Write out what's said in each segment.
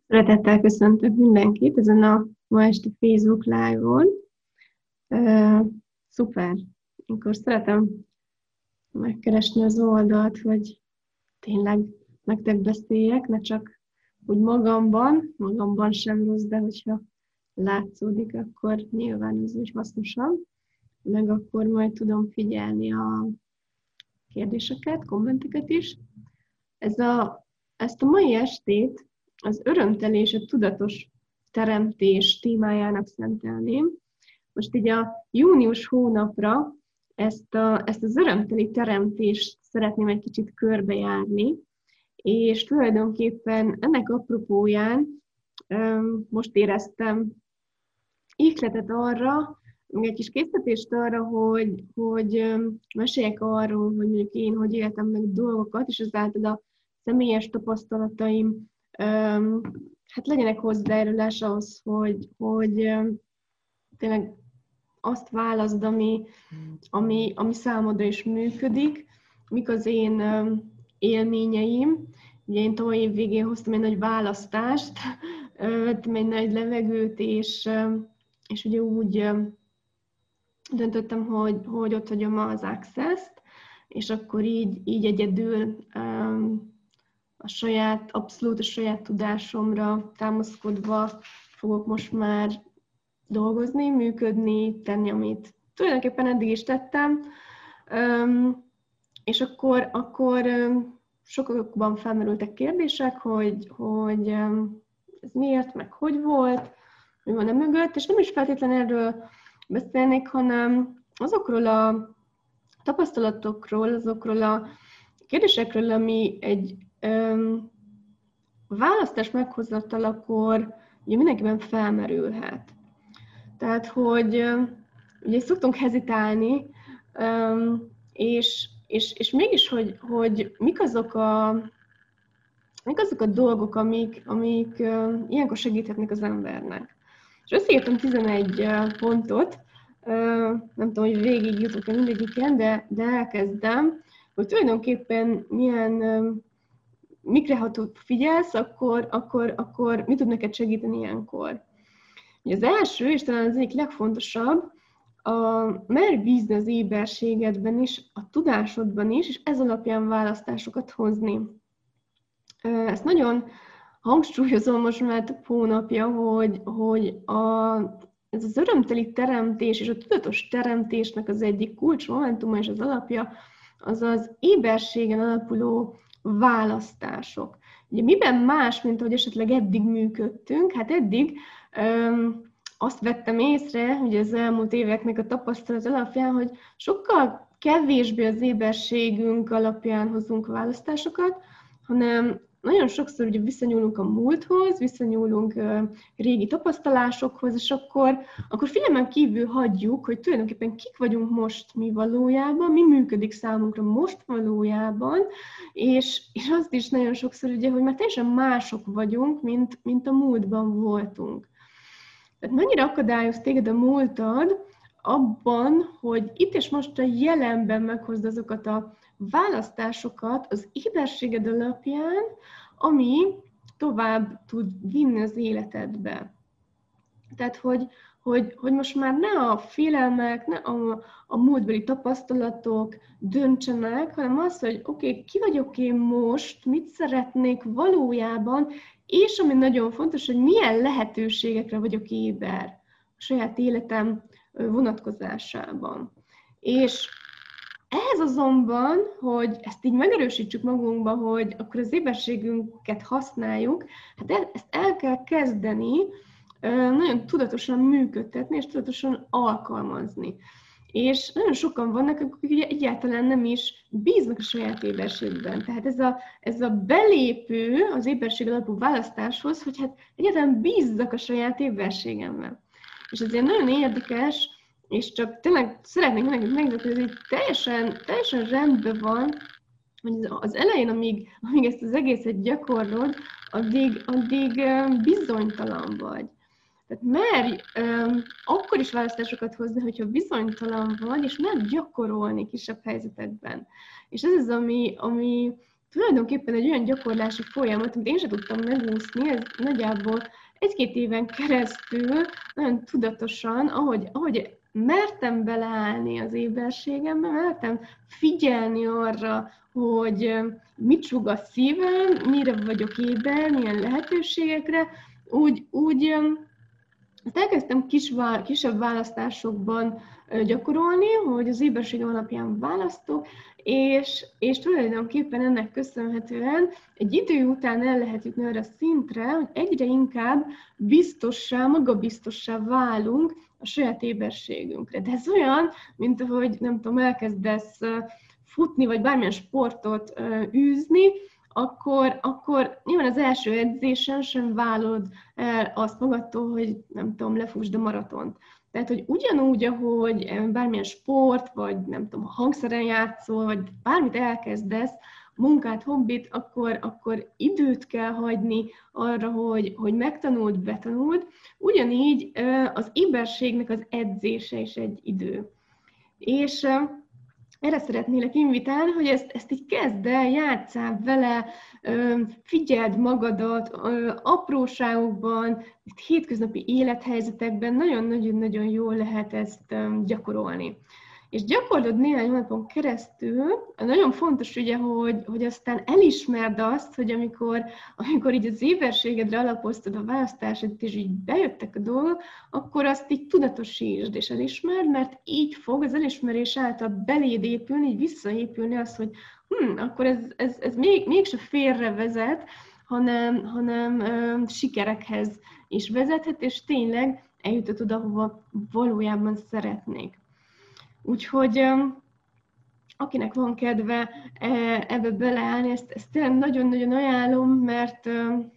Szeretettel köszöntök mindenkit ezen a ma esti Facebook Live-on. Szuper! Akkor szeretem megkeresni az oldalt, hogy tényleg nektek beszéljek, ne csak úgy magamban sem rossz, de hogyha látszódik, akkor nyilván ez úgy hasznosabb, meg akkor majd tudom figyelni a kérdéseket, kommenteket is. Ezt a mai estét az örömteli és a tudatos teremtés témájának szentelném. Most így a június hónapra ezt az örömteli teremtést szeretném egy kicsit körbejárni, és tulajdonképpen ennek apropóján most éreztem ihletet arra, még egy kis készítést arra, hogy meséljek arról, hogy mondjuk én hogy éltem meg dolgokat, és ezáltal a személyes tapasztalataim hát legyenek hozzájárulás ahhoz, hogy tényleg azt válaszd, ami számodra is működik, mik az én élményeim. Ugye én tavaly év végén hoztam egy nagy választást, vettem egy nagy levegőt, és ugye úgy döntöttem, hogy ott hagyom az Access-t, és akkor így egyedül abszolút a saját tudásomra támaszkodva fogok most már dolgozni, működni, tenni, amit tulajdonképpen eddig is tettem. És akkor sokakban felmerültek kérdések, hogy ez miért, meg hogy volt, mi van mögött, és nem is feltétlenül erről beszélnék, hanem azokról a tapasztalatokról, azokról a kérdésekről, ami egy választás meghozatalakor ugye mindenkiben felmerülhet. Tehát, hogy ugye szoktunk hezitálni, és mégis, hogy mik azok a dolgok, amik ilyenkor segíthetnek az embernek. És összeírtam 11 pontot, nem tudom, hogy végig jutok-e mindegyiken, de elkezdem, hogy tulajdonképpen mikre ha figyelsz, akkor mi tud neked segíteni ilyenkor. Az első, és talán az egyik legfontosabb, merj bízni az éberségedben is, a tudásodban is, és ez alapján választásokat hozni. Ezt nagyon hangsúlyozom most már több hónapja, hogy ez az örömteli teremtés és a tudatos teremtésnek az egyik kulcsmomentuma és az alapja, az az éberségen alapuló választások. Ugye miben más, mint ahogy esetleg eddig működtünk? Hát eddig azt vettem észre, ugye az elmúlt éveknek a tapasztalat alapján, hogy sokkal kevésbé az éberségünk alapján hozunk választásokat, hanem nagyon sokszor ugye visszanyúlunk a múlthoz, visszanyúlunk régi tapasztalásokhoz, és akkor figyelmen kívül hagyjuk, hogy tulajdonképpen kik vagyunk most mi valójában, mi működik számunkra most valójában, és azt is nagyon sokszor ugye, hogy már teljesen mások vagyunk, mint a múltban voltunk. Tehát mennyire akadályoz téged a múltad abban, hogy itt és most a jelenben meghozd azokat a választásokat az éberséged alapján, ami tovább tud vinni az életedbe. Tehát, hogy most már ne a félelmek, ne a múltbeli tapasztalatok döntsenek, hanem az, hogy oké, ki vagyok én most, mit szeretnék valójában, és ami nagyon fontos, hogy milyen lehetőségekre vagyok éber a saját életem vonatkozásában. És ehhez azonban, hogy ezt így megerősítsük magunkba, hogy akkor az éberségünket használjuk, hát ezt el kell kezdeni nagyon tudatosan működtetni, és tudatosan alkalmazni. És nagyon sokan vannak, akik ugye egyáltalán nem is bíznak a saját éberségben. Tehát ez a belépő az éberség alapú választáshoz, hogy hát egyáltalán bízzak a saját éberségemben. És ezért nagyon érdekes, és csak tényleg szeretnék megmutatni, hogy ez teljesen rendben van, hogy az elején, amíg ezt az egészet gyakorlod, addig bizonytalan vagy. Tehát merj akkor is választásokat hozni, hogyha bizonytalan vagy, és merj gyakorolni kisebb helyzetekben. És ez az, ami tulajdonképpen egy olyan gyakorlási folyamat, amit én sem tudtam megúszni, ez nagyjából 1-2 éven keresztül nagyon tudatosan, ahogy mertem beleállni az éberségembe, mertem figyelni arra, hogy mit sug a szívem, mire vagyok éber, milyen lehetőségekre, úgy ezt elkezdtem kisebb választásokban gyakorolni, hogy az éberségem alapján választok, és tulajdonképpen ennek köszönhetően egy idő után el lehet jutni arra szintre, hogy egyre inkább magabiztossá válunk a saját éberségünkre. De ez olyan, mint ahogy, nem tudom, elkezdesz futni, vagy bármilyen sportot űzni, akkor nyilván az első edzésen sem vállalod el azt magadtól, hogy nem tudom, lefusd a maratont. Tehát, hogy ugyanúgy, ahogy bármilyen sport, vagy nem tudom, hangszeren játszol, vagy bármit elkezdesz, munkát, hobbit, akkor időt kell hagyni arra, hogy megtanuld, betanuld. Ugyanígy az éberségnek az edzése is egy idő. És erre szeretnélek invitálni, hogy ezt így kezd el, játsszál vele, figyeld magadat, apróságokban, hétköznapi élethelyzetekben nagyon-nagyon jól lehet ezt gyakorolni. És gyakorlod néhány hónapon keresztül, nagyon fontos ugye, hogy aztán elismerd azt, hogy amikor így az éberségedre alapoztad a választásodat, és így bejöttek a dolgok, akkor azt így tudatosítsd és elismerd, mert így fog az elismerés által beléd épülni, így visszaépülni az, hogy akkor ez mégse félre vezet, hanem sikerekhez is vezethet, és tényleg eljutott oda, hova valójában szeretnék. Úgyhogy akinek van kedve ebbe beleállni, ezt tényleg nagyon-nagyon ajánlom, mert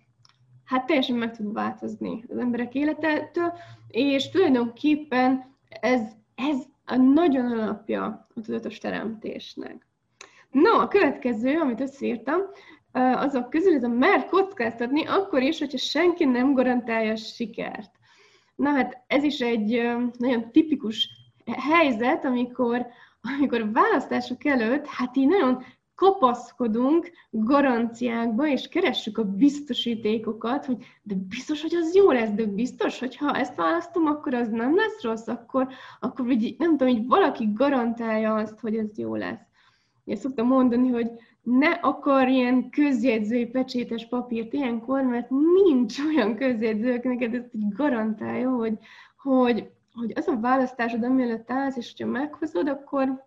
hát teljesen meg tud változni az emberek életétől, és tulajdonképpen ez a nagyon alapja a tudatos teremtésnek. No, a következő, amit összeírtam, azok közül ez a mer kockáztatni, akkor is, hogyha senki nem garantálja a sikert. Na hát ez is egy nagyon tipikus helyzet, amikor választások előtt, hát így nagyon kapaszkodunk garanciákba, és keressük a biztosítékokat, hogy de biztos, hogy az jó lesz, de biztos, hogy ha ezt választom, akkor az nem lesz rossz, akkor nem tudom, hogy valaki garantálja azt, hogy ez jó lesz. Én szoktam mondani, hogy ne akarj ilyen közjegyzői pecsétes papírt ilyenkor, mert nincs olyan közjegyző, aki neked ezt így garantálja, hogy az a választásod, amielőtt állsz, és ha meghozod, akkor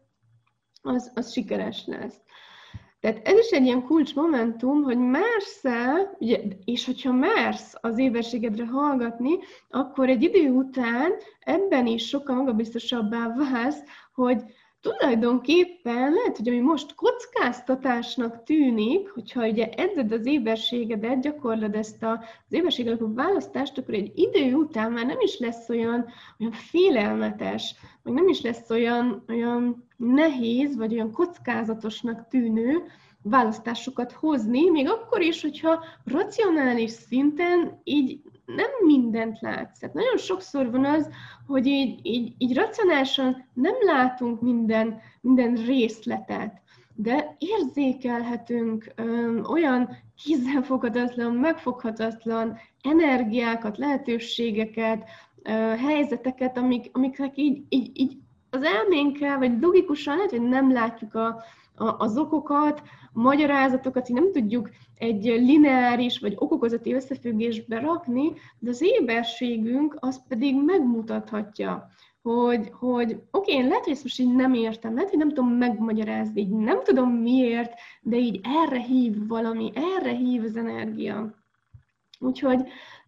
az sikeres lesz. Tehát ez is egy ilyen kulcsmomentum, hogy mersz-e, és hogyha mersz az éberségedre hallgatni, akkor egy idő után ebben is sokkal magabiztosabbá válsz, hogy tulajdonképpen lehet, hogy ami most kockáztatásnak tűnik, hogyha ugye edzed az éberségedet, gyakorlod ezt az éberség alapú választást, akkor egy idő után már nem is lesz olyan félelmetes, vagy nem is lesz olyan nehéz, vagy olyan kockázatosnak tűnő választásokat hozni, még akkor is, hogyha racionális szinten így nem mindent látsz. Tehát nagyon sokszor van az, hogy így racionálisan nem látunk minden részletet, de érzékelhetünk olyan kézzelfoghatatlan, megfoghatatlan energiákat, lehetőségeket, helyzeteket, amiknek így az elménkkel, vagy logikusan lehet, hogy nem látjuk az okokat, a magyarázatokat, így nem tudjuk egy lineáris vagy okokozati összefüggésbe rakni, de az éberségünk az pedig megmutathatja, hogy oké, lehet, hogy ezt most így nem értem, lehet, hogy nem tudom megmagyarázni, így nem tudom miért, de így erre hív valami, erre hív az energia. Úgyhogy,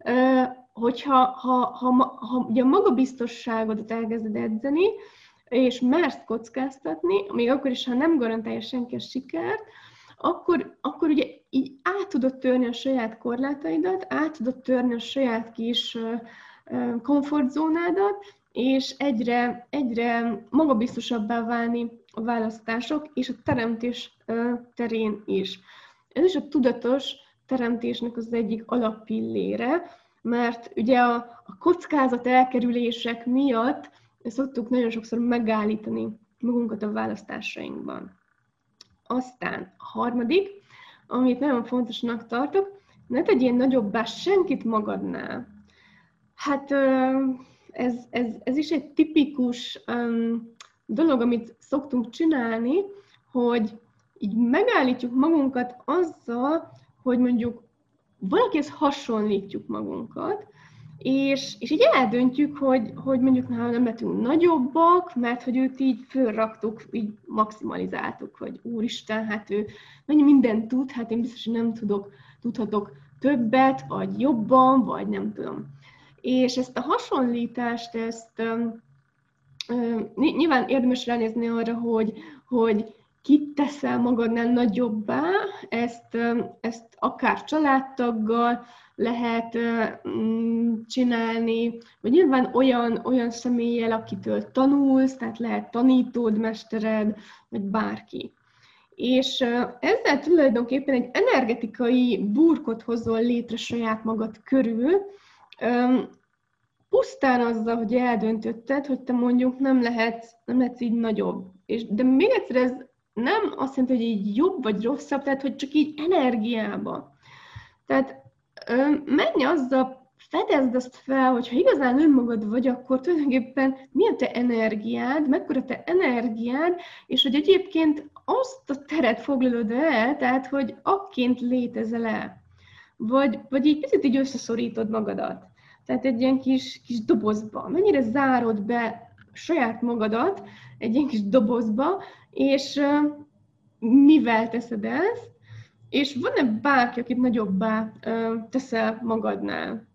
hogyha ugye a magabiztosságodat elkezded edzeni, és mersz kockáztatni, még akkor is, ha nem garantálja senki a sikert, akkor ugye így át tudod törni a saját korlátaidat, át tudod törni a saját kis komfortzónádat, és egyre magabiztosabbá válni a választások és a teremtés terén is. Ez is a tudatos teremtésnek az egyik alappillére, mert ugye a kockázat elkerülések miatt szoktuk nagyon sokszor megállítani magunkat a választásainkban. Aztán a harmadik, amit nagyon fontosnak tartok, ne tegyél nagyobbá senkit magadnál. Hát ez is egy tipikus dolog, amit szoktunk csinálni, hogy így megállítjuk magunkat azzal, hogy mondjuk valakihez hasonlítjuk magunkat, és így eldöntjük, hogy mondjuk nem lehetünk nagyobbak, mert hogy őt így fölraktuk, így maximalizáltuk, hogy úristen, hát ő mennyi mindent tud, hát én biztos, hogy nem tudhatok többet, vagy jobban, vagy nem tudom. És ezt a hasonlítást, nyilván érdemes ránézni arra, hogy kit teszel magadnál nagyobbá, ezt akár családtaggal lehet csinálni, vagy nyilván olyan személlyel, akitől tanulsz, tehát lehet tanítód, mestered, vagy bárki. És ezzel tulajdonképpen egy energetikai burkot hozol létre saját magad körül, pusztán azzal, hogy eldöntötted, hogy te mondjuk nem lehetsz így nagyobb. De még egyszer ez nem azt jelenti, hogy így jobb vagy rosszabb, tehát hogy csak így energiába. Tehát menj azzal, fedezd azt fel, hogyha igazán önmagad vagy, akkor tulajdonképpen mi a te energiád, mekkora te energiád, és hogy egyébként azt a teret foglalod el, tehát hogy akként létezel el. Vagy így picit így összeszorítod magadat. Tehát egy ilyen kis dobozba. Mennyire zárod be saját magadat egy ilyen kis dobozba, és mivel teszed ezt, és van-e bárki, akit nagyobbá teszel magadnál?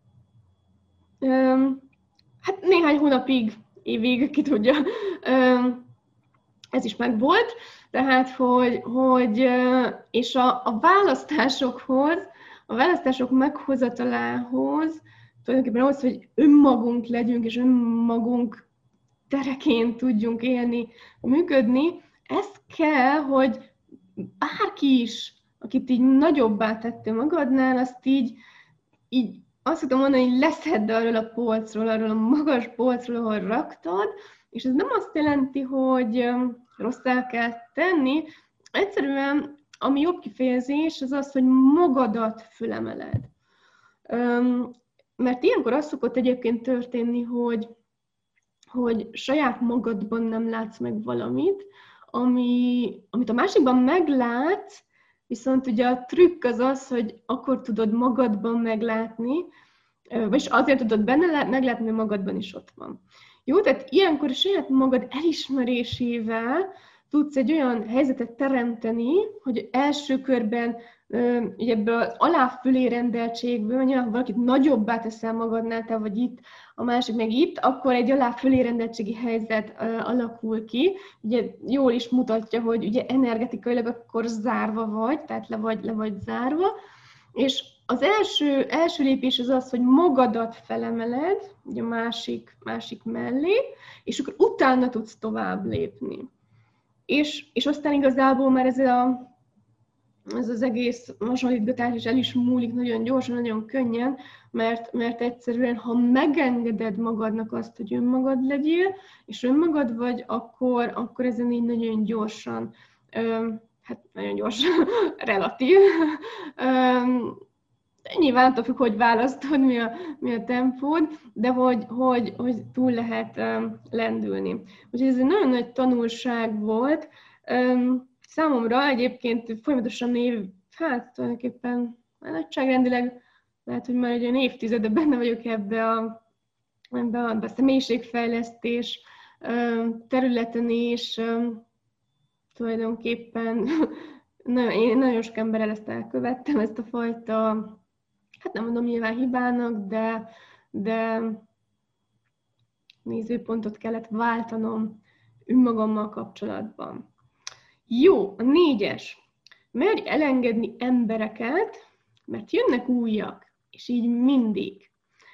Hát néhány hónapig, évig, ki tudja, ez is megvolt. Tehát, hogy és a választásokhoz, a választások meghozatalához, tulajdonképpen ahhoz, hogy önmagunk legyünk, és önmagunk tereként tudjunk élni, működni, ez kell, hogy bárki is, akit így nagyobbá tettél magadnál, azt így azt tudom mondani, hogy leszedd arról a polcról, arról a magas polcról, ahol raktad, és ez nem azt jelenti, hogy rosszá kell tenni, egyszerűen ami jobb kifejezés, az az, hogy magadat fölemeled. Mert ilyenkor az szokott egyébként történni, hogy saját magadban nem látsz meg valamit, amit a másikban meglátsz, viszont ugye a trükk az az, hogy akkor tudod magadban meglátni, vagyis azért tudod benne meglátni, hogy magadban is ott van. Jó, tehát ilyenkor a saját magad elismerésével tudsz egy olyan helyzetet teremteni, hogy első körben ugye ebből az alá-fölé rendeltségből, ha valakit nagyobbá teszel magadnál, te vagy itt, a másik meg itt, akkor egy alá-fölé rendeltségi helyzet alakul ki. Ugye jól is mutatja, hogy ugye energetikailag akkor zárva vagy, tehát le vagy zárva. És az első lépés az az, hogy magadat felemeled, ugye a másik mellé, és akkor utána tudsz tovább lépni. És aztán igazából már ez az egész hasonlítgatás is el is múlik nagyon gyorsan, nagyon könnyen, mert egyszerűen, ha megengeded magadnak azt, hogy önmagad legyél, és önmagad vagy, akkor ezen így nagyon gyorsan, hát nagyon gyorsan, relatív. Nyilván attól függ, hogy választod, mi a tempód, de hogy túl lehet lendülni. Úgyhogy ez egy nagyon nagy tanulság volt. Számomra egyébként folyamatosan hát tulajdonképpen nagyságrendileg lehet, hogy már egy olyan évtizede benne vagyok ebbe a személyiségfejlesztés területen is. Tulajdonképpen én nagyon sok emberrel ezt elkövettem, ezt a fajta, hát nem mondom nyilván hibának, de nézőpontot kellett váltanom önmagammal kapcsolatban. Jó, a 4-es. Merj elengedni embereket, mert jönnek újak, és így mindig.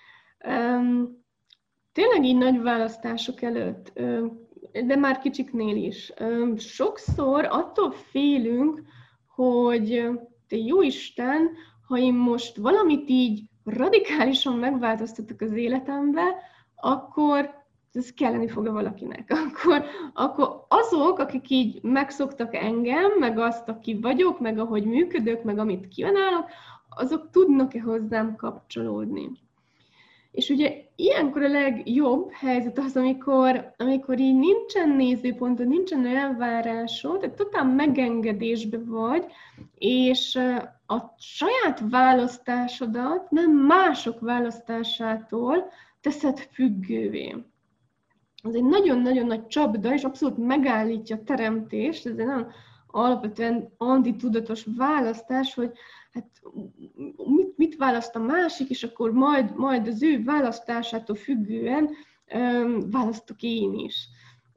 Tényleg így nagy választások előtt, de már kicsiknél is. Sokszor attól félünk, hogy te jóisten, ha én most valamit így radikálisan megváltoztatok az életembe, akkor ez kelleni fog valakinek. Akkor azok, akik így megszoktak engem, meg azt, aki vagyok, meg ahogy működök, meg amit kívánálok, azok tudnak-e hozzám kapcsolódni. És ugye ilyenkor a legjobb helyzet az, amikor így nincsen nézőpontod, nincsen elvárásod, tehát totál megengedésbe vagy, és a saját választásodat nem mások választásától teszed függővé. Ez egy nagyon-nagyon nagy csapda, és abszolút megállítja a teremtést, ez egy nagyon alapvetően antitudatos választás, hogy hát mit választ a másik, és akkor majd az ő választásától függően választok én is.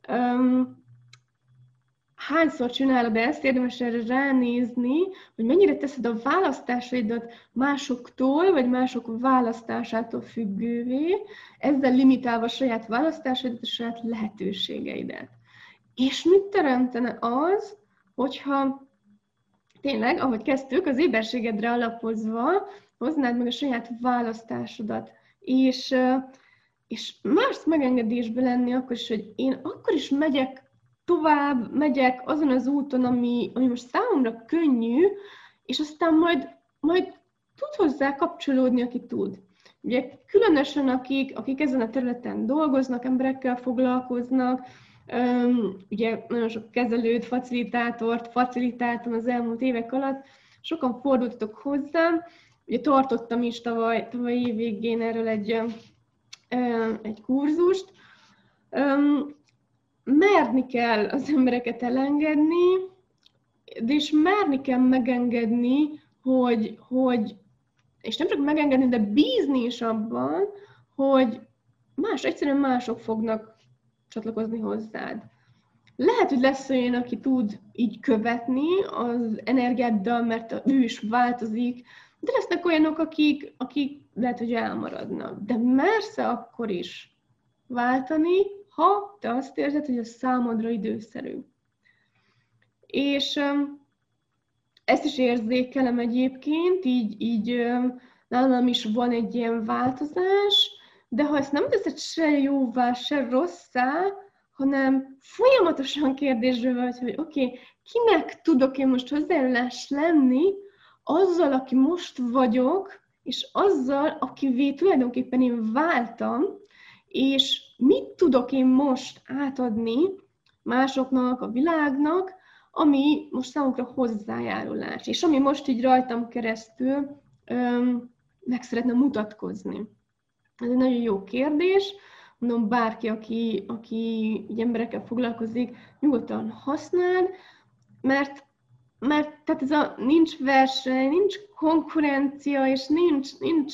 Hányszor csinálod ezt, érdemes erre ránézni, hogy mennyire teszed a választásaidat másoktól, vagy mások választásától függővé, ezzel limitálva a saját választásaidat, a saját lehetőségeidet. És mit teremtene az, hogyha tényleg, ahogy kezdtük, az éberségedre alapozva hoznád meg a saját választásodat, és más megengedésbe lenni akkor is, hogy én akkor is megyek azon az úton, ami most számomra könnyű, és aztán majd tud hozzá kapcsolódni, aki tud. Ugye különösen akik ezen a területen dolgoznak, emberekkel foglalkoznak, ugye nagyon sok kezelőt, facilitátort facilitáltam az elmúlt évek alatt, sokan fordultatok hozzám, ugye tartottam is tavaly év végén erről egy kurzust. Merni kell az embereket elengedni, de is merni kell megengedni, hogy és nem csak megengedni, de bízni is abban, hogy egyszerűen mások fognak csatlakozni hozzád. Lehet, hogy lesz olyan, aki tud így követni az energiáddal, mert ő is változik, de lesznek olyanok, akik lehet, hogy elmaradnak. De mersz akkor is váltani, ha te azt érzed, hogy a számodra időszerű. És ezt is érzékelem egyébként, így nálam is van egy ilyen változás, de ha ezt nem teszed se jóvá, se rosszá, hanem folyamatosan kérdésről vagy, hogy oké, kinek tudok én most hozzájárulás lenni, azzal, aki most vagyok, és azzal, akivé tulajdonképpen én váltam, és mit tudok én most átadni másoknak, a világnak, ami most számunkra hozzájárulás, és ami most így rajtam keresztül meg szeretne mutatkozni. Ez egy nagyon jó kérdés. Mondom, bárki, aki így emberekkel foglalkozik, nyugodtan használd, mert tehát ez nincs verseny, nincs konkurencia, és nincs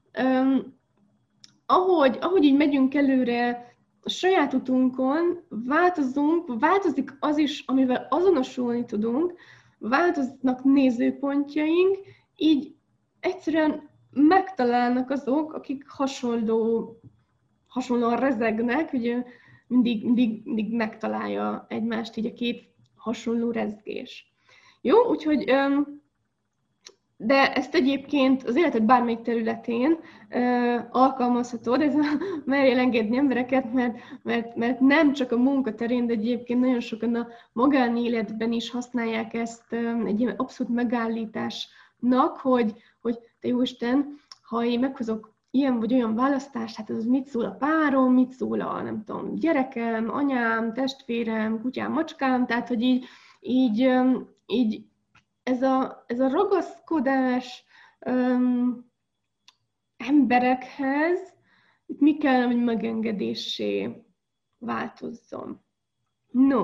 ahogy így megyünk előre a saját utunkon, változik az is, amivel azonosulni tudunk, változnak nézőpontjaink, így egyszerűen megtalálnak azok, akik hasonlóan rezegnek, ugye mindig megtalálja egymást így a két hasonló rezgés. Jó, úgyhogy, de ezt egyébként az életed bármelyik területén alkalmazhatod, ez merj elengedni embereket, mert nem csak a munka terén, de egyébként nagyon sokan a magánéletben is használják ezt egy ilyen abszolút megállításnak, hogy te jóisten, ha én meghozok ilyen vagy olyan választást, hát az mit szól a párom, mit szól a, nem tudom, gyerekem, anyám, testvérem, kutyám, macskám, tehát hogy így ez a ragaszkodás emberekhez, itt mi kell, hogy megengedéssé változzon. No,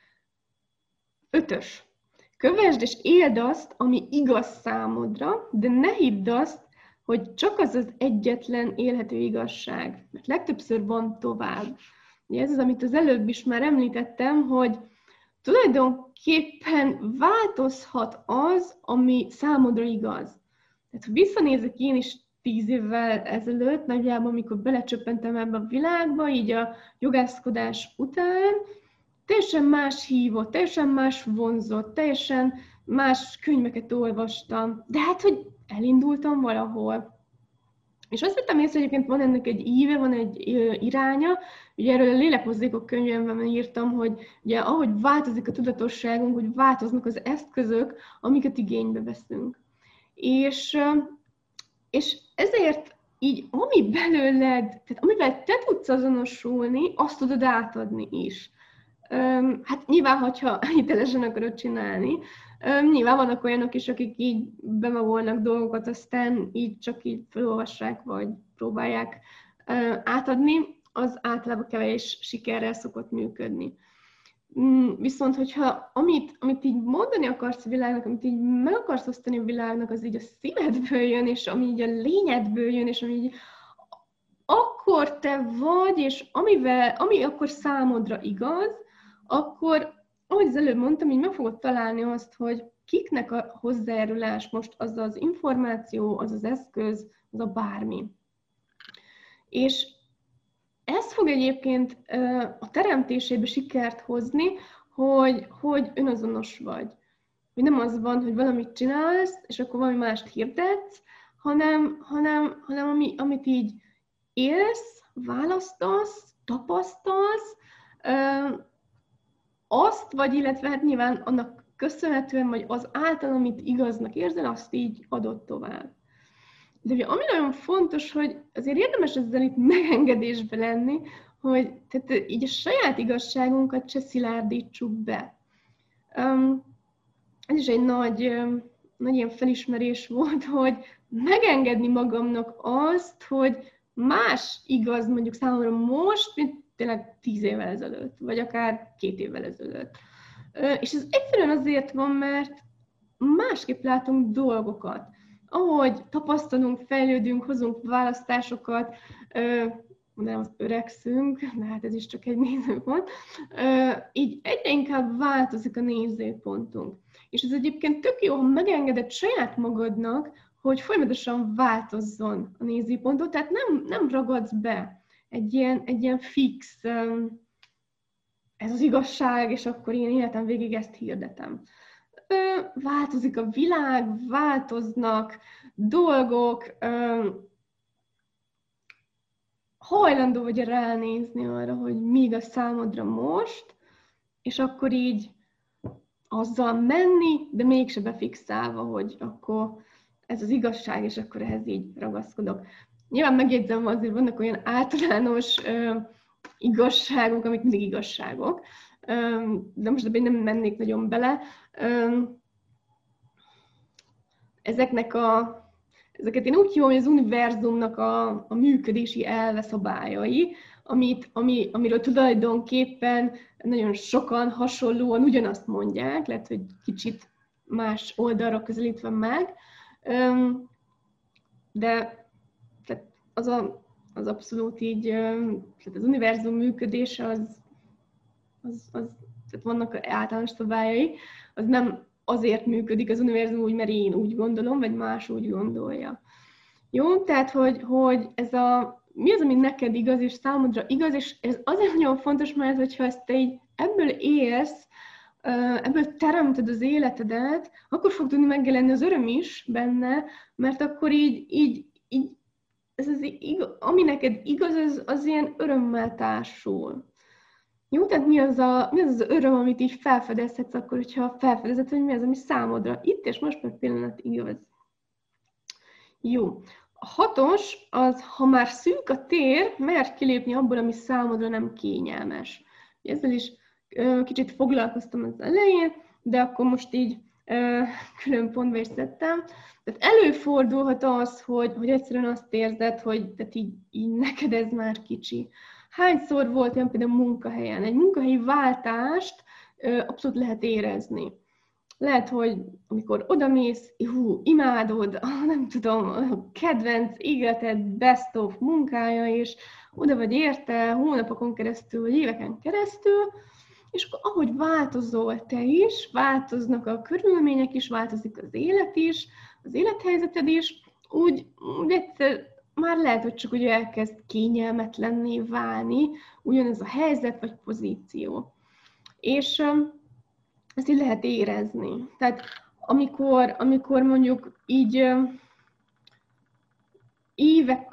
5. Kövesd és éld azt, ami igaz számodra, de ne hidd azt, hogy csak az egyetlen élhető igazság, mert legtöbbször van tovább. Ez az, amit az előbb is már említettem, hogy tulajdonképpen változhat az, ami számodra igaz. Tehát ha visszanézek én is 10 évvel ezelőtt, nagyjából amikor belecsöppentem ebbe a világba, így a jogászkodás után, teljesen más hívott, teljesen más vonzott, teljesen más könyveket olvastam, de hát, hogy elindultam valahol. És azt vettem észre, egyébként van ennek egy íve, van egy iránya, ugye erről a lélekmozdékok könyvemben írtam, hogy ugye ahogy változik a tudatosságunk, hogy változnak az eszközök, amiket igénybe veszünk. És ezért így, ami belőled, tehát amivel te tudsz azonosulni, azt tudod átadni is. Hát nyilván, hogyha hitelesen akarod csinálni, nyilván vannak olyanok is, akik így bemagolnak dolgokat, aztán így csak így felolvassák, vagy próbálják átadni, az általában kevés sikerrel szokott működni. Viszont, hogyha amit így mondani akarsz a világnak, amit így meg akarsz osztani a világnak, az így a szívedből jön, és ami így a lényedből jön, és ami így akkor te vagy, és ami akkor számodra igaz, akkor, ahogy az előbb mondtam, így meg fogod találni azt, hogy kiknek a hozzájárulás most az az információ, az az eszköz, az a bármi. És ez fog egyébként a teremtésébe sikert hozni, hogy önazonos vagy. Hogy nem az van, hogy valamit csinálsz, és akkor valami mást hirdetsz, hanem amit így élsz, választasz, tapasztalsz, azt vagy, illetve hát nyilván annak köszönhetően, vagy az által, amit igaznak érzel, azt így adod tovább. De ugye, ami nagyon fontos, hogy azért érdemes ezzel itt megengedésbe lenni, hogy tehát így a saját igazságunkat se szilárdítsuk be. Ez is egy nagy ilyen felismerés volt, hogy megengedni magamnak azt, hogy más igaz mondjuk számomra most, mint tényleg 10 évvel ezelőtt, vagy akár 2 évvel ezelőtt. És ez egyszerűen azért van, mert másképp látunk dolgokat. Ahogy tapasztalunk, fejlődünk, hozunk választásokat, mondanám, azt öregszünk, de hát ez is csak egy nézőpont, így egyre inkább változik a nézőpontunk. És ez egyébként tök jó, ha megengeded saját magadnak, hogy folyamatosan változzon a nézőpontot, tehát nem ragadsz be egy ilyen fix, ez az igazság, és akkor én életem végig ezt hirdetem. Változik a világ, változnak dolgok, hajlandó vagy ránézni arra, hogy mi igaz számodra most, és akkor így azzal menni, de mégse befixálva, hogy akkor ez az igazság, és akkor ehhez így ragaszkodok. Nyilván megjegyzem, azért vannak olyan általános igazságok, amik mindig igazságok, de most ebben nem mennék nagyon bele. Ezeket én úgy hívom, hogy az univerzumnak a működési elve szabályai, amiről tulajdonképpen nagyon sokan hasonlóan ugyanazt mondják, lehet, hogy kicsit más oldalra közelítve meg, de tehát az abszolút így, tehát az univerzum működése tehát vannak általános szabályai, az nem azért működik az univerzum úgy, mert én úgy gondolom, vagy más úgy gondolja. Jó, tehát, hogy mi az, ami neked igaz, és számodra igaz, és ez azért nagyon fontos, mert hogyha ezt te így ebből élsz, ebből teremted az életedet, akkor fog tudni megjelenni az öröm is benne, mert akkor így ami neked igaz, az ilyen örömmel társul. Jó, tehát mi az az öröm, amit így felfedezhetsz akkor, hogyha felfedezed, hogy mi az, ami számodra itt és most per pillanat igaz. Jó. A 6. az, ha már szűk a tér, merj kilépni abból, ami számodra nem kényelmes. Ezzel is kicsit foglalkoztam az elején, de akkor most így külön pontba is szedtem. Tehát előfordulhat az, hogy egyszerűen azt érzed, hogy tehát így neked ez már kicsi. Hányszor volt olyan például munkahelyen? Egy munkahelyi váltást abszolút lehet érezni. Lehet, hogy amikor odamész, imádod, nem tudom, a kedvenc életed best of munkája, és oda vagy érte hónapokon keresztül, vagy éveken keresztül, és akkor ahogy változol te is, változnak a körülmények is, változik az élet is, az élethelyzeted is, úgy egyszer már lehet, hogy csak ugye elkezd kényelmetlenné válni ugyanez a helyzet vagy pozíció. És ezt így lehet érezni. Tehát amikor mondjuk így évek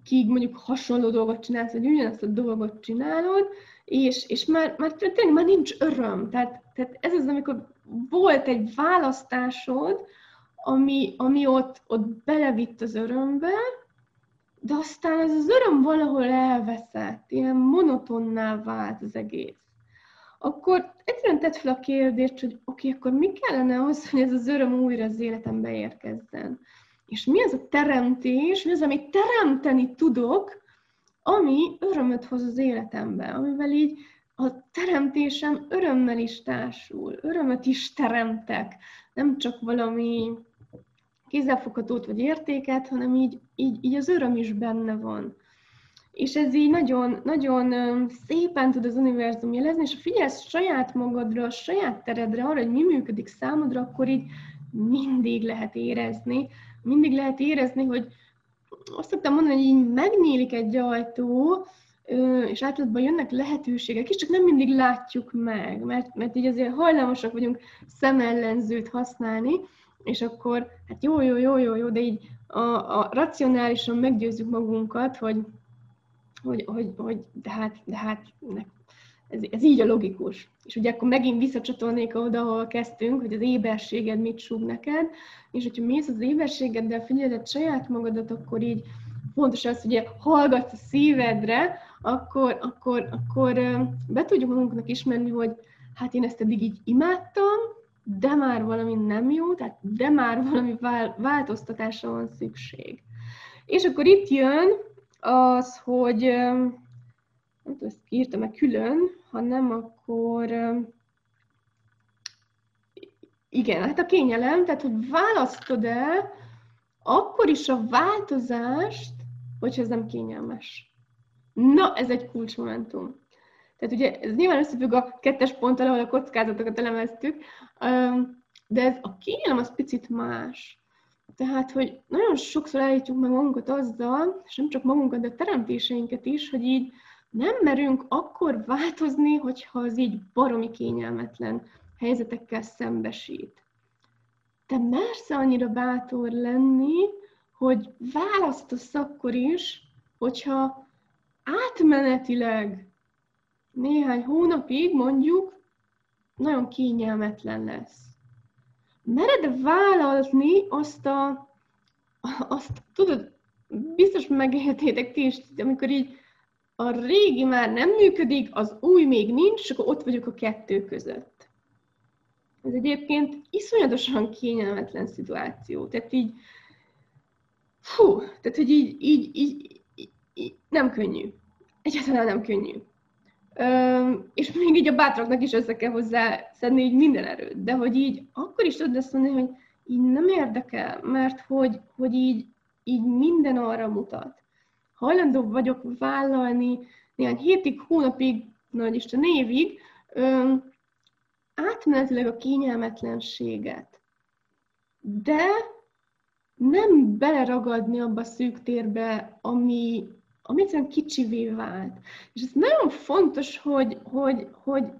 évekig mondjuk hasonló dolgot csinálsz, vagy ugyanazt a dolgot csinálod, és már tényleg már nincs öröm. Tehát ez az, amikor volt egy választásod, ami ott belevitt az örömbe, de aztán ez az öröm valahol elveszett, ilyen monotonná vált az egész. Akkor egyszerűen tedd fel a kérdést, hogy oké, akkor mi kellene ahhoz, hogy ez az öröm újra az életembe érkezzen? És mi az a teremtés, mi az, amit teremteni tudok, ami örömöt hoz az életembe, amivel így a teremtésem örömmel is társul, örömöt is teremtek, nem csak valami kézzelfoghatót vagy értéket, hanem így az öröm is benne van. És ez így nagyon, nagyon szépen tud az univerzum jelezni, és ha figyelsz saját magadra, a saját teredre, arra, hogy mi működik számodra, akkor így mindig lehet érezni, hogy azt szoktam mondani, hogy így megnyílik egy ajtó, és általában jönnek lehetőségek, és csak nem mindig látjuk meg, mert így azért hajlamosak vagyunk szemellenzőt használni, és akkor hát jó, de így a racionálisan meggyőzzük magunkat, hogy de hát ez így a logikus. És ugye akkor megint visszacsatolnék oda, ahol kezdtünk, hogy az éberséged mit súg neked, és hogyha mész az éberségeddel, figyeled saját magadat, akkor így fontos az, hogy hallgatsz a szívedre, akkor be tudjuk magunknak ismerni, hogy hát én ezt eddig így imádtam, de már valami nem jó, tehát de már valami változtatásra van szükség. És akkor itt jön az, hogy nem tudom, ezt írtam-e külön, ha nem, akkor igen, hát a kényelem, tehát hogy választod el akkor is a változást, hogyha ez nem kényelmes. Na, ez egy kulcsmomentum. Tehát ugye ez nyilván összefügg a 2. ponttal, ahol a kockázatokat elemeztük, de ez a kényelem az picit más. Tehát, hogy nagyon sokszor állítjuk meg magunkat azzal, és nem csak magunkat, de a teremtéseinket is, hogy így nem merünk akkor változni, hogyha az így baromi kényelmetlen helyzetekkel szembesít. Te mersz annyira bátor lenni, hogy választasz akkor is, hogyha átmenetileg néhány hónapig mondjuk nagyon kényelmetlen lesz. Mered vállalni azt tudod, biztos megélhetétek ti is, amikor így a régi már nem működik, az új még nincs, és akkor ott vagyok a kettő között. Ez egyébként iszonyatosan kényelmetlen szituáció. Tehát így, hogy így nem könnyű. Egyáltalán nem könnyű. És még így a bátraknak is össze kell hozzá szedni így minden erőt. De hogy így akkor is tudod azt mondani, hogy így nem érdekel, mert hogy így minden arra mutat. Hajlandó vagyok vállalni néhány hétig, hónapig, nagy Isten évig, átmenetileg a kényelmetlenséget. De nem beleragadni abba a szűk térbe, ami egyszerűen kicsivé vált. És ez nagyon fontos, hogy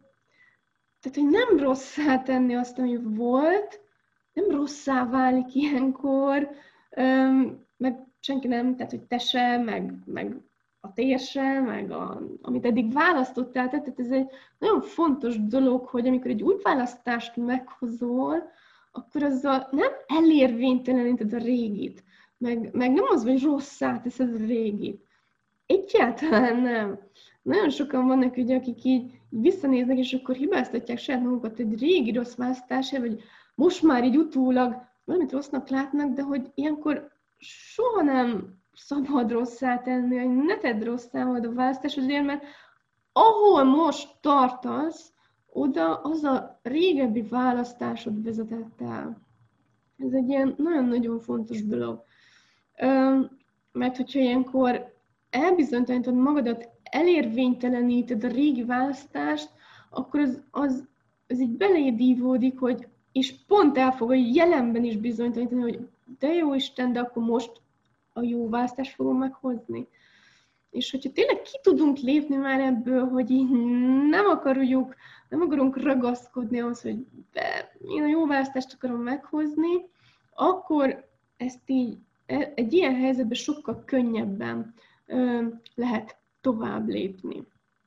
nem rosszá tenni azt, ami volt, nem rosszá válik ilyenkor, meg senki nem, tehát hogy te se, meg a tér se, meg amit eddig választottál, tehát ez egy nagyon fontos dolog, hogy amikor egy új választást meghozol, akkor azzal nem elérvényteleníted a régit, meg nem az, hogy rosszá teszed a régit. Egyáltalán nem. Nagyon sokan vannak, ugye, akik így visszanéznek, és akkor hibáztatják saját magukat egy régi rossz választásért, vagy most már így utólag valamit rossznak látnak, de hogy ilyenkor soha nem szabad rosszá tenni, hogy ne tedd rosszá majd a választásodért, mert ahol most tartasz, oda az a régebbi választásod vezetett el. Ez egy ilyen nagyon-nagyon fontos dolog. Mert hogyha ilyenkor elbizonytalanítod magadat, elérvényteleníted a régi választást, akkor az így beléd ívódik, és pont el fog a jelenben is bizonytalanítani, hogy de jó Isten, de akkor most a jó választást fogom meghozni. És hogyha tényleg ki tudunk lépni már ebből, hogy így nem akarunk ragaszkodni ahhoz, hogy én a jó választást akarom meghozni, akkor ezt így egy ilyen helyzetben sokkal könnyebben lehet tovább lépni.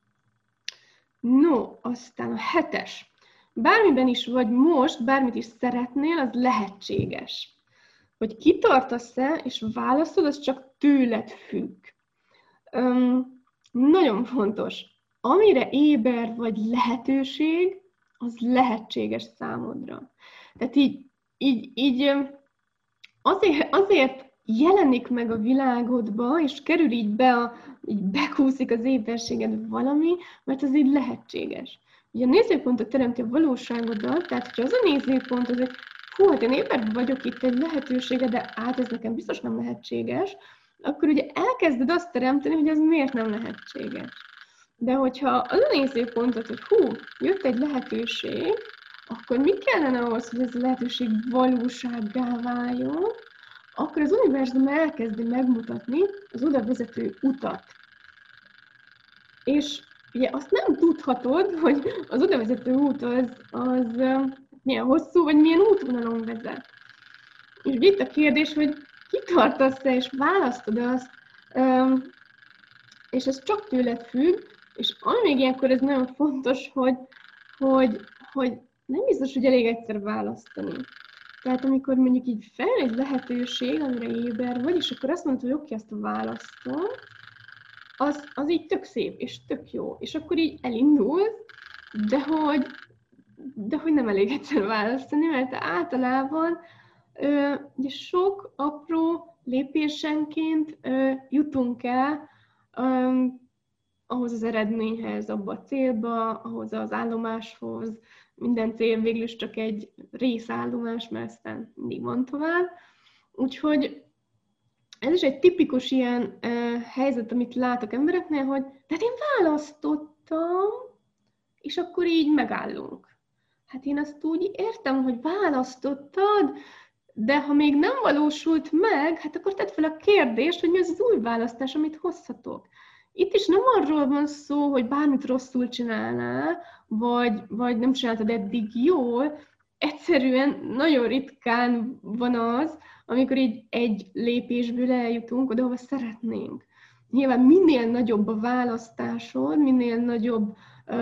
No, aztán a 7. Bármiben is vagy most, bármit is szeretnél, az lehetséges. Hogy kitartasz-e és választod, az csak tőled függ. Nagyon fontos. Amire éber vagy lehetőség, az lehetséges számodra. Tehát így azért jelenik meg a világodba, és kerül így bekúszik az éberséged valami, mert az így lehetséges. Ugye a nézőpontot teremti a valóságodat, tehát hogyha az a nézőpont, az egy hát én éber vagyok, itt egy lehetősége, de ez nekem biztos nem lehetséges, akkor ugye elkezded azt teremteni, hogy ez miért nem lehetséges. De hogyha az a nézőpontot, hogy jött egy lehetőség, akkor mi kellene ahhoz, hogy ez a lehetőség valósággá váljon, akkor az univerzum elkezdi megmutatni az oda vezető utat. És ugye azt nem tudhatod, hogy az oda vezető út az milyen hosszú, vagy milyen útvonalon vezet. És itt a kérdés, hogy kitartasz-e, és választod azt, és ez csak tőled függ, és ami még ilyenkor ez nagyon fontos, hogy nem biztos, hogy elég egyszer választani. Tehát amikor mondjuk így fel egy lehetőség, amire éber vagy, és akkor azt mondod, hogy oké, azt választom, az így tök szép, és tök jó. És akkor így elindul, de hogy nem elég egyszer választani, mert általában ugye sok apró lépésenként jutunk el ahhoz az eredményhez, abba a célba, ahhoz az állomáshoz. Minden cél végül is csak egy részállomás, mert aztán mindig van tovább. Úgyhogy ez is egy tipikus ilyen helyzet, amit látok embereknél, hogy de én választottam, és akkor így megállunk. Hát én azt úgy értem, hogy választottad, de ha még nem valósult meg, hát akkor tedd fel a kérdést, hogy mi az az új választás, amit hozhatok. Itt is nem arról van szó, hogy bármit rosszul csinálnál, vagy nem csináltad eddig jól, egyszerűen nagyon ritkán van az, amikor így egy lépésből eljutunk oda, ahova szeretnénk. Nyilván minél nagyobb a választásod, minél nagyobb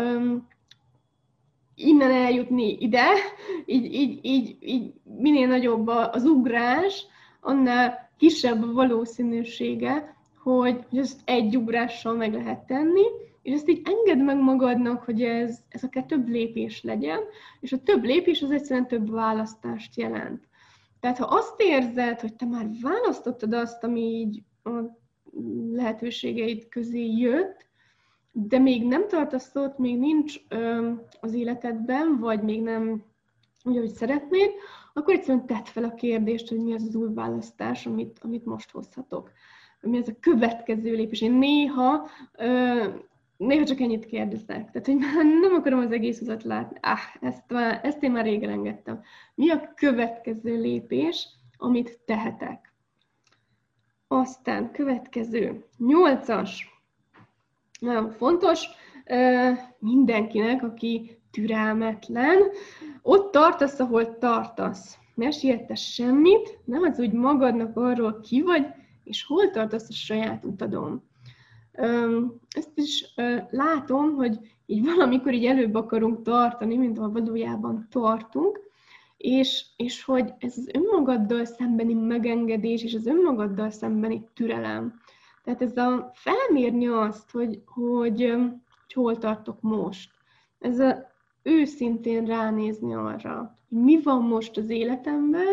innen eljutni ide, így minél nagyobb az ugrás, annál kisebb a valószínűsége, hogy ezt egy ugrással meg lehet tenni, és ezt így engedd meg magadnak, hogy ez akár több lépés legyen, és a több lépés az egyszerűen több választást jelent. Tehát ha azt érzed, hogy te már választottad azt, ami így a lehetőségeid közé jött, de még nem tartasz ott, még nincs az életedben, vagy még nem úgy, ahogy szeretnéd, akkor egyszerűen tedd fel a kérdést, hogy mi az az új választás, amit most hozhatok. Mi az a következő lépés. Én néha csak ennyit kérdezek. Tehát, hogy már nem akarom az egész utat látni. Ezt én már régen engedtem. Mi a következő lépés, amit tehetek? Aztán következő, 8. Nagyon fontos, mindenkinek, aki türelmetlen, ott tartasz, ahol tartasz. Ne sietess semmit, nem az úgy magadnak arról ki vagy, és hol tartasz a saját utadon. Ezt is látom, hogy így valamikor így előbb akarunk tartani, mint ahol valójában tartunk, és hogy ez az önmagaddal szembeni megengedés, és az önmagaddal szembeni türelem. Tehát ez a felmérni azt, hogy hol tartok most. Ez a őszintén ránézni arra, hogy mi van most az életemben,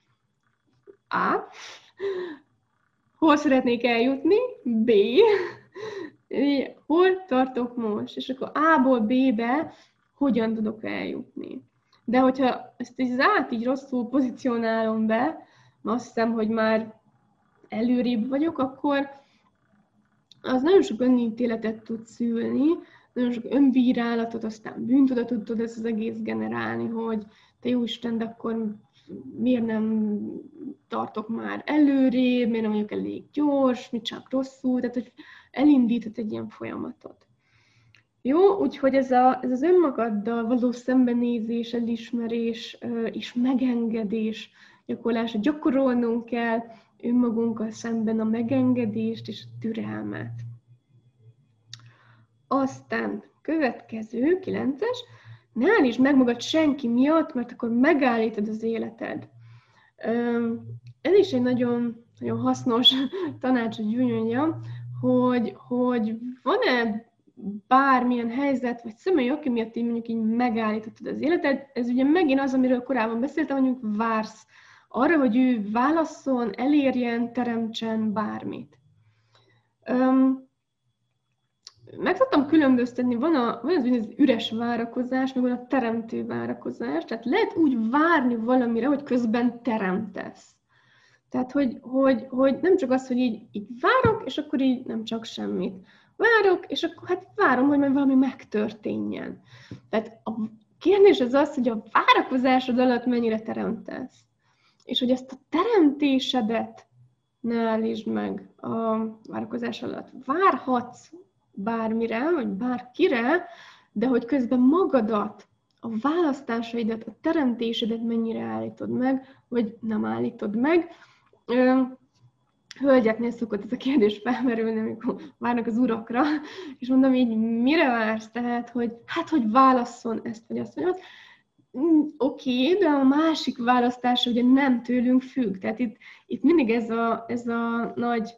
hol szeretnék eljutni, B, hol tartok most, és akkor A-ból B-be hogyan tudok eljutni. De hogyha ezt így rosszul pozícionálom be, azt hiszem, hogy már előrébb vagyok, akkor az nagyon sok önítéletet tud szülni, nagyon sok önbírálatot, aztán bűntudatot tud ez az egész generálni, hogy te jóisten, de akkor miért nem tartok már előrébb, miért nem vagyok elég gyors, mit csak rosszul, tehát hogy elindíthat egy ilyen folyamatot. Jó, úgyhogy ez az önmagaddal való szembenézés, elismerés és megengedés gyakorlása, gyakorolnunk kell, önmagunkkal szemben a megengedést és a türelmet. Aztán következő, 9-es, ne állítsd meg magad senki miatt, mert akkor megállítod az életed. Ez is egy nagyon, nagyon hasznos tanács, hogy úgy mondjam, hogy van-e bármilyen helyzet, vagy személy, aki miatt így mondjuk így megállítottad az életed. Ez ugye megint az, amiről korábban beszéltem, mondjuk vársz arra, hogy ő válasszon, elérjen, teremtsen bármit. Meg tudtam különböztetni, van az üres várakozás, meg van a teremtő várakozás, tehát lehet úgy várni valamire, hogy közben teremtesz. Tehát, hogy nem csak az, hogy így várok, és akkor így nem csak semmit. Várok, és akkor hát várom, hogy majd valami megtörténjen. Tehát a kérdés az, hogy a várakozásod alatt mennyire teremtesz. És hogy ezt a teremtésedet ne állítsd meg a várakozás alatt. Várhatsz bármire, vagy bárkire, de hogy közben magadat, a választásaidat, a teremtésedet mennyire állítod meg, vagy nem állítod meg. Hölgyeknél szokott ez a kérdés felmerülni, amikor várnak az urakra, és mondom így, mire vársz? Tehát, hogy válasszon ezt, vagy azt, vagy azt. Oké, de a másik választása ugye nem tőlünk függ. Tehát itt mindig ez a nagy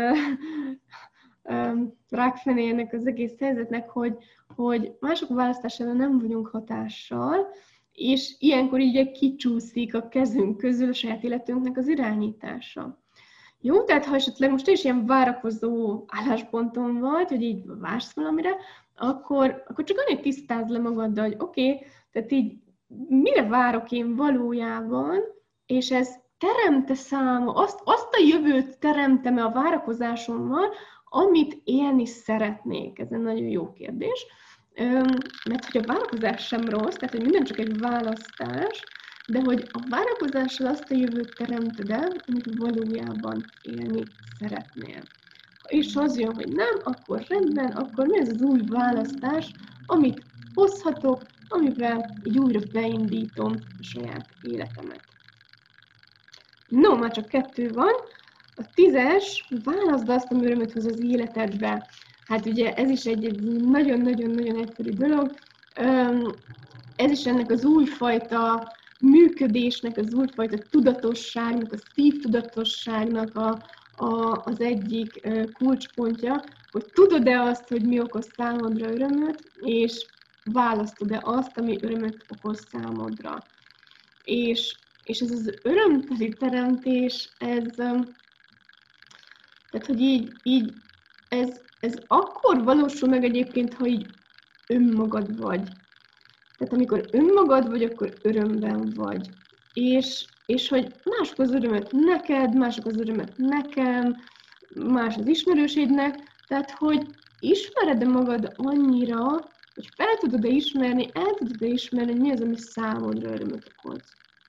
rákfenének az egész helyzetnek, hogy mások választására nem vagyunk hatással, és ilyenkor így kicsúszik a kezünk közül a saját életünknek az irányítása. Jó, tehát ha esetleg most is ilyen várakozó állásponton vagy, hogy így vársz valamire, akkor csak annyit tisztázd le magaddal, hogy oké, tehát így mire várok én valójában, és ez teremte számomra, azt a jövőt teremtem-e a várakozásommal, amit élni szeretnék. Ez egy nagyon jó kérdés. Mert hogy a várakozás sem rossz, tehát hogy minden csak egy választás, de hogy a várakozással azt a jövőt teremted el, amit valójában élni szeretnél. És ha az jön, hogy nem, akkor rendben, akkor mi ez az új választás, amit hozhatok, amivel így újra beindítom a saját életemet. No, már csak 2 van. A 10-es, válaszd azt, ami örömöt hoz az életedbe. Hát ugye ez is egy nagyon-nagyon-nagyon egyszerű dolog. Ez is ennek az újfajta működésnek, az újfajta tudatosságnak, a szívtudatosságnak az egyik kulcspontja, hogy tudod-e azt, hogy mi okoz számodra örömöt, és választod-e azt, ami örömöt okoz számodra. És ez az örömteli teremtés, tehát, hogy így ez akkor valósul meg egyébként, ha így önmagad vagy. Tehát amikor önmagad vagy, akkor örömben vagy. És hogy mások az örömet neked, mások az örömet nekem, más az ismerőségnek, tehát hogy ismered-e magad annyira, hogy fel tudod-e ismerni, el tudod-e ismerni, hogy mi az, ami számodra örömöt okoz.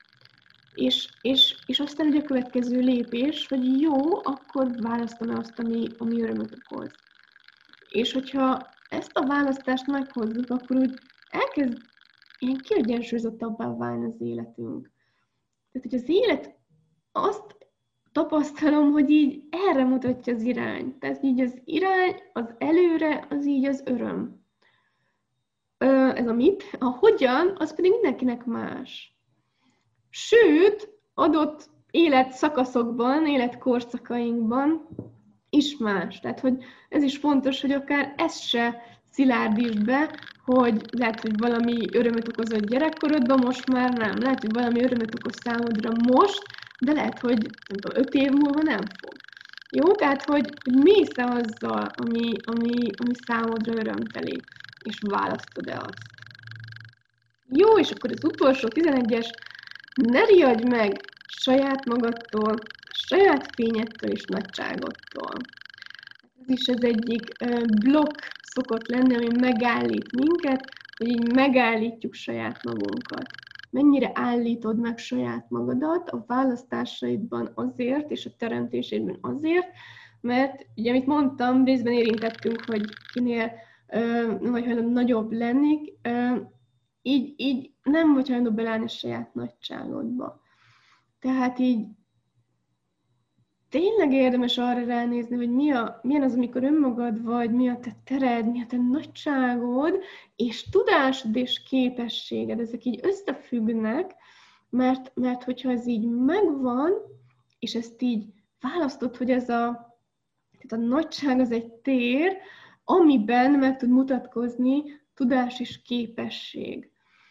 És aztán ugye a következő lépés, hogy jó, akkor választom azt, ami örömöt okoz. És hogyha ezt a választást meghozzuk, akkor úgy elkezd ilyen kiegyensúlyozottabbá válni az életünk. Tehát, hogy az élet, azt tapasztalom, hogy így erre mutatja az irány. Tehát így az irány, az előre, az így az öröm. Ez a mit? A hogyan, az pedig mindenkinek más. Sőt, adott életszakaszokban, életkorszakainkban is más. Tehát, hogy ez is fontos, hogy akár ezt se szilárdítsd be, hogy lehet, hogy valami örömet okozott gyerekkorodban, most már nem. Lehet, hogy valami örömet okoz számodra most, de lehet, hogy nem tudom, 5 év múlva nem fog. Jó? Tehát, hogy mész-e azzal, ami számodra örömteli, és választod-e azt. Jó, és akkor az utolsó, 11-es, ne riadj meg saját magadtól, saját fényettől és nagyságodtól. Ez egyik blokk szokott lenni, ami megállít minket, hogy így megállítjuk saját magunkat. Mennyire állítod meg saját magadat a választásaidban azért, és a teremtésedben azért, mert ugye, amit mondtam, részben érintettünk, hogy kinél nem vagy hajlandó nagyobb lenni, így nem vagy hajlandó belállni a saját nagyságodba. Tehát így tényleg érdemes arra ránézni, hogy milyen az, amikor önmagad vagy, mi a te tered, mi a te nagyságod, és tudásod és képességed, ezek így összefüggnek, mert hogyha ez így megvan, és ezt így választod, hogy tehát a nagyság az egy tér, amiben meg tud mutatkozni tudás és képesség.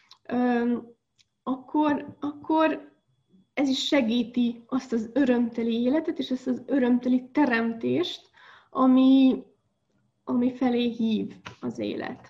Akkor ez is segíti azt az örömteli életet, és ezt az örömteli teremtést, ami felé hív az élet.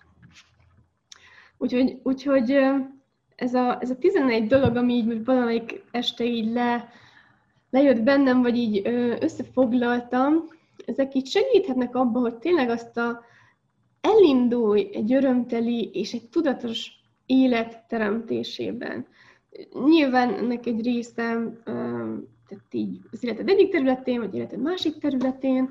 Úgyhogy ez a 11 dolog, ami így most valamelyik este így lejött bennem, vagy így összefoglaltam, ezek így segíthetnek abban, hogy tényleg elindulj egy örömteli és egy tudatos élet teremtésében. Nyilván ennek egy része, tehát így az életed egyik területén, vagy életed másik területén,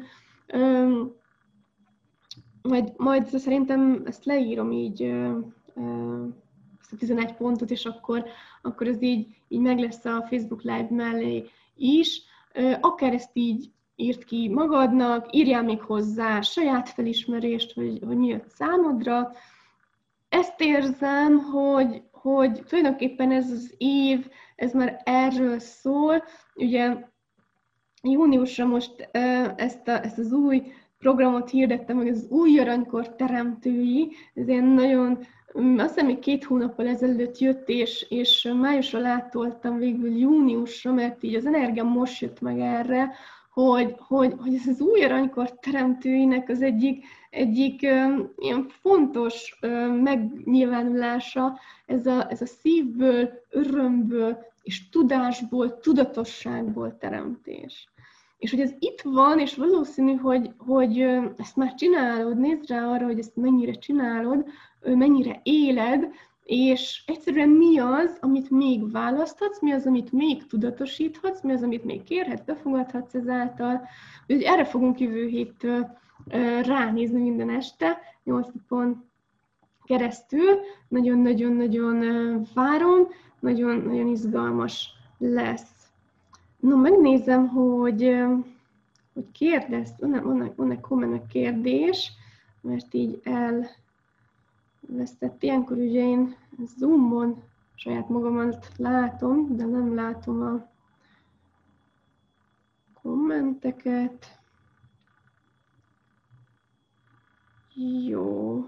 majd szerintem ezt leírom így, ezt a 11 pontot, és akkor ez így meg lesz a Facebook Live mellé is. Akár ezt így írd ki magadnak, írjál még hozzá saját felismerést, hogy mi jött számodra. Ezt érzem, hogy tulajdonképpen ez az év, ez már erről szól. Ugye júniusra most ezt az új programot hirdettem, hogy az új aranykor teremtői, ez ilyen nagyon, azt hiszem, még 2 hónappal ezelőtt jött, és májusra látoltam végül júniusra, mert így az energia most jött meg erre, hogy ez az új aranykor teremtőinek az egyik ilyen fontos megnyilvánulása, ez a szívből, örömből és tudásból, tudatosságból teremtés. És hogy ez itt van, és valószínű, hogy ezt már csinálod, nézd rá arra, hogy ezt mennyire csinálod, mennyire éled, és egyszerűen mi az, amit még választhatsz, mi az, amit még tudatosíthatsz, mi az, amit még kérhetsz, befogadhatsz ezáltal. Úgyhogy erre fogunk jövő héttől ránézni minden este, 8 napon keresztül. Nagyon-nagyon-nagyon várom, nagyon-nagyon izgalmas lesz. No, megnézem, hogy kérdez, van-e komment kérdés, mert így elvesztett. Ilyenkor ugye én Zoomon saját magamat látom, de nem látom a kommenteket. Jó.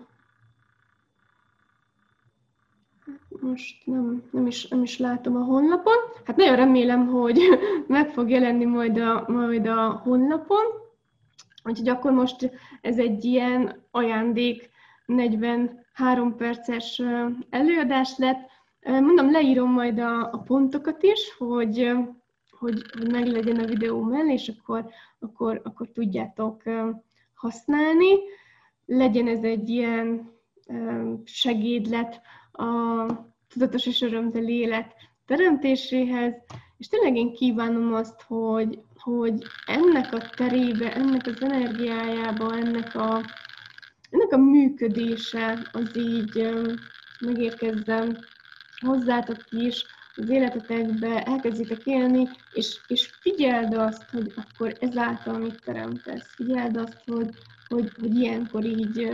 Most nem is látom a honlapon. Hát nagyon remélem, hogy meg fog jelenni majd a honlapon. Úgyhogy akkor most ez egy ilyen ajándék 43 perces előadás lett. Mondom, leírom majd a pontokat is, hogy meglegyen a videó mellé, és akkor tudjátok használni. Legyen ez egy ilyen segédlet a tudatos és örömteli élet teremtéséhez, és tényleg én kívánom azt, hogy ennek a terébe, ennek az energiájába, ennek a működése az így megérkezzen hozzátok is, az életetekbe elkezditek élni, és figyeld azt, hogy akkor ezáltal mit teremtesz. Figyeld azt, hogy ilyenkor így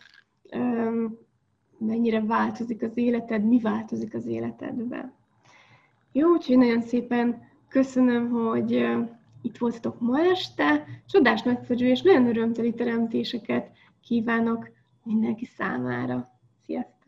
mennyire változik az életed, mi változik az életedben. Jó, úgyhogy nagyon szépen köszönöm, hogy itt voltatok ma este. Csodás, nagyszerű és nagyon örömteli teremtéseket kívánok mindenki számára. Sziasztok!